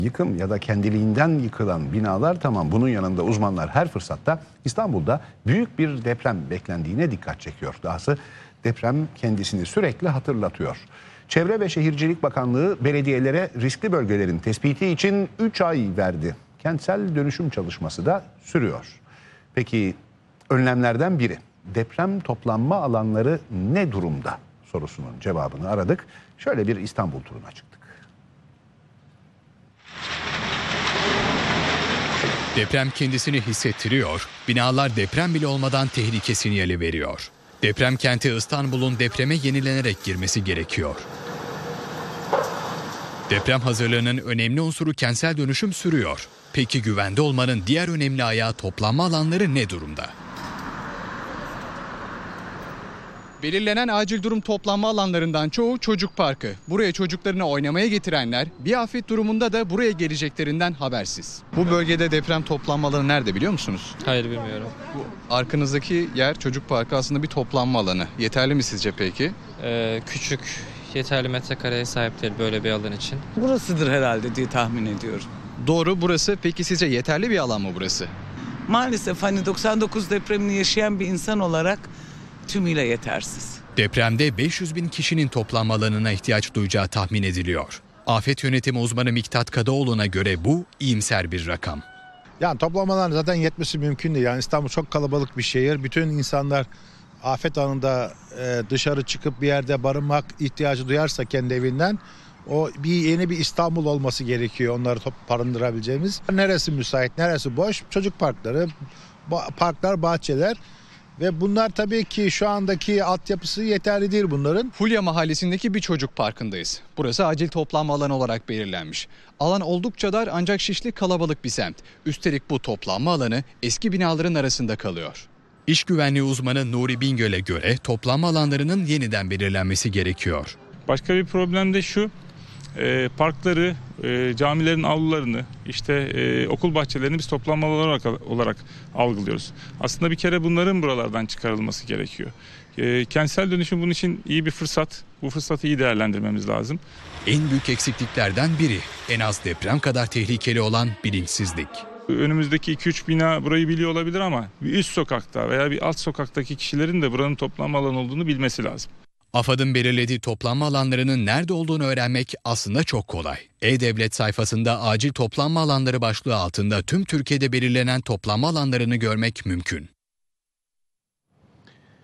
Yıkım ya da kendiliğinden yıkılan binalar tamam, bunun yanında uzmanlar her fırsatta İstanbul'da büyük bir deprem beklendiğine dikkat çekiyor. Dahası deprem kendisini sürekli hatırlatıyor. Çevre ve Şehircilik Bakanlığı belediyelere riskli bölgelerin tespiti için 3 ay verdi. Kentsel dönüşüm çalışması da sürüyor. Peki önlemlerden biri, deprem toplanma alanları ne durumda sorusunun cevabını aradık. Şöyle bir İstanbul turuna çıktık. Deprem kendisini hissettiriyor, binalar deprem bile olmadan tehlike sinyali veriyor. Deprem kenti İstanbul'un depreme yenilenerek girmesi gerekiyor. Deprem hazırlığının önemli unsuru kentsel dönüşüm sürüyor. Peki güvende olmanın diğer önemli ayağı toplanma alanları ne durumda? Belirlenen acil durum toplanma alanlarından çoğu çocuk parkı. Buraya çocuklarını oynamaya getirenler bir afet durumunda da buraya geleceklerinden habersiz. Bu bölgede deprem toplanma alanı nerede biliyor musunuz? Hayır, bilmiyorum. Bu arkanızdaki yer çocuk parkı, aslında bir toplanma alanı. Yeterli mi sizce peki? Küçük, yeterli metrekareye sahip değil böyle bir alan için. Burasıdır herhalde diye tahmin ediyorum. Doğru, burası. Peki sizce yeterli bir alan mı burası? Maalesef 99 depremini yaşayan bir insan olarak tümüyle yetersiz. Depremde 500 bin kişinin toplanma alanına ihtiyaç duyacağı tahmin ediliyor. Afet yönetimi uzmanı Miktat Kadaoğlu'na göre bu iyimser bir rakam. Yani toplamaların zaten yetmesi mümkün değil. Yani İstanbul çok kalabalık bir şehir. Bütün insanlar afet anında dışarı çıkıp bir yerde barınmak ihtiyacı duyarsa kendi evinden, o yeni bir İstanbul olması gerekiyor onları barındırabileceğimiz. Neresi müsait, neresi boş? Çocuk parkları, parklar, bahçeler. Ve bunlar tabii ki şu andaki altyapısı yeterli değil bunların. Fulya Mahallesi'ndeki bir çocuk parkındayız. Burası acil toplanma alanı olarak belirlenmiş. Alan oldukça dar ancak Şişli kalabalık bir semt. Üstelik bu toplanma alanı eski binaların arasında kalıyor. İş güvenliği uzmanı Nuri Bingöl'e göre toplanma alanlarının yeniden belirlenmesi gerekiyor. Başka bir problem de şu, parkları, camilerin avlularını, okul bahçelerini biz toplanma alanı olarak algılıyoruz. Aslında bir kere bunların buralardan çıkarılması gerekiyor. Kentsel dönüşüm bunun için iyi bir fırsat. Bu fırsatı iyi değerlendirmemiz lazım. En büyük eksikliklerden biri, en az deprem kadar tehlikeli olan bilinçsizlik. Önümüzdeki 2-3 bina burayı biliyor olabilir ama bir üst sokakta veya bir alt sokaktaki kişilerin de buranın toplanma alanı olduğunu bilmesi lazım. AFAD'ın belirlediği toplanma alanlarının nerede olduğunu öğrenmek aslında çok kolay. E-Devlet sayfasında acil toplanma alanları başlığı altında tüm Türkiye'de belirlenen toplanma alanlarını görmek mümkün.